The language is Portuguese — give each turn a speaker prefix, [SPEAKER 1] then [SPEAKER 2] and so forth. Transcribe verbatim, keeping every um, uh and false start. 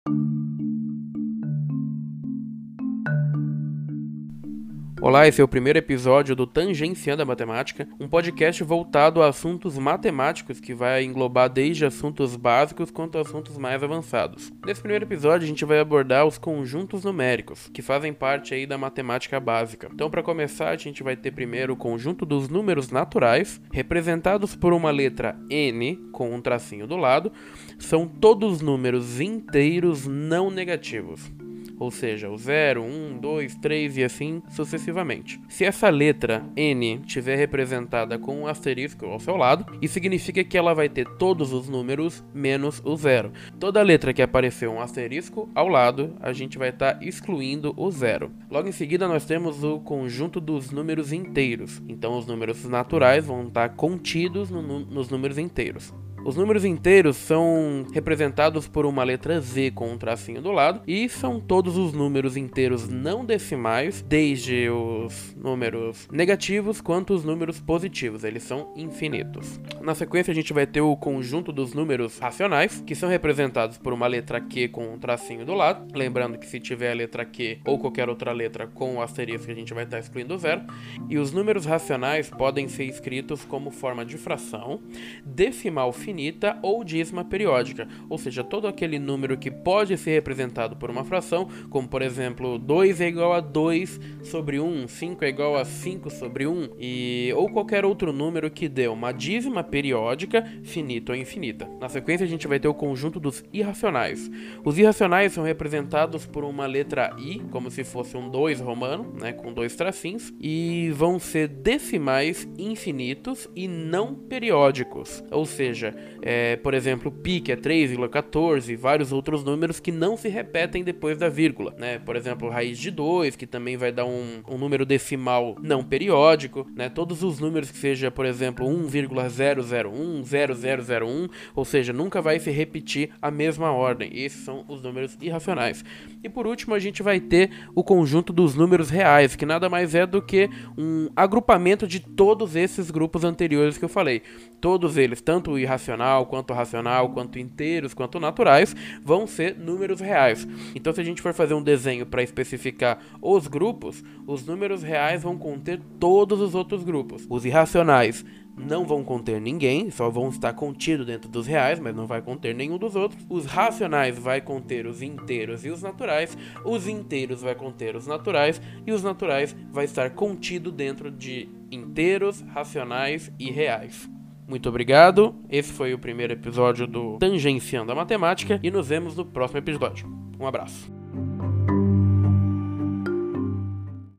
[SPEAKER 1] Olá, esse é o primeiro episódio do Tangenciando a Matemática, um podcast voltado a assuntos matemáticos que vai englobar desde assuntos básicos quanto assuntos mais avançados. Nesse primeiro episódio a gente vai abordar os conjuntos numéricos, que fazem parte aí da matemática básica. Então, para começar, a gente vai ter primeiro o conjunto dos números naturais, representados por uma letra N com um tracinho do lado. São todos números inteiros não negativos. Ou seja, o zero, um, dois, três e assim sucessivamente. Se essa letra N estiver representada com um asterisco ao seu lado, isso significa que ela vai ter todos os números menos o zero. Toda letra que aparecer um asterisco ao lado, a gente vai estar tá excluindo o zero. Logo em seguida nós temos o conjunto dos números inteiros. Então os números naturais vão estar tá contidos no, nos números inteiros. Os números inteiros são representados por uma letra Z com um tracinho do lado, e são todos os números inteiros não decimais, desde os números negativos quanto os números positivos, eles são infinitos. Na sequência a gente vai ter o conjunto dos números racionais, que são representados por uma letra Q com um tracinho do lado, lembrando que se tiver a letra Q ou qualquer outra letra com o asterisco a gente vai estar excluindo o zero, e os números racionais podem ser escritos como forma de fração, decimal finita ou dízima periódica, ou seja, todo aquele número que pode ser representado por uma fração, como por exemplo dois é igual a dois sobre um, cinco é igual a cinco sobre um, e, ou qualquer outro número que dê uma dízima periódica, finita ou infinita. Na sequência a gente vai ter o conjunto dos irracionais. Os irracionais são representados por uma letra I, como se fosse um dois romano, né, com dois tracinhos, e vão ser decimais infinitos e não periódicos, ou seja, É, por exemplo, π, que é três vírgula quatorze, e vários outros números que não se repetem depois da vírgula, né? Por exemplo, raiz de dois, que também vai dar um, um número decimal não periódico, né? Todos os números que seja, por exemplo, um vírgula zero zero um, zero zero zero um, ou seja, nunca vai se repetir a mesma ordem. Esses são os números irracionais. E por último, a gente vai ter o conjunto dos números reais, que nada mais é do que um agrupamento de todos esses grupos anteriores que eu falei. Todos eles, tanto o irracional, quanto racional, quanto inteiros, quanto naturais, vão ser números reais. Então, se a gente for fazer um desenho para especificar os grupos, os números reais vão conter todos os outros grupos. Os irracionais não vão conter ninguém, só vão estar contidos dentro dos reais, mas não vai conter nenhum dos outros. Os racionais vai conter os inteiros e os naturais, os inteiros vai conter os naturais, e os naturais vai estar contido dentro de inteiros, racionais e reais. Muito obrigado, esse foi o primeiro episódio do Tangenciando a Matemática e nos vemos no próximo episódio. Um abraço.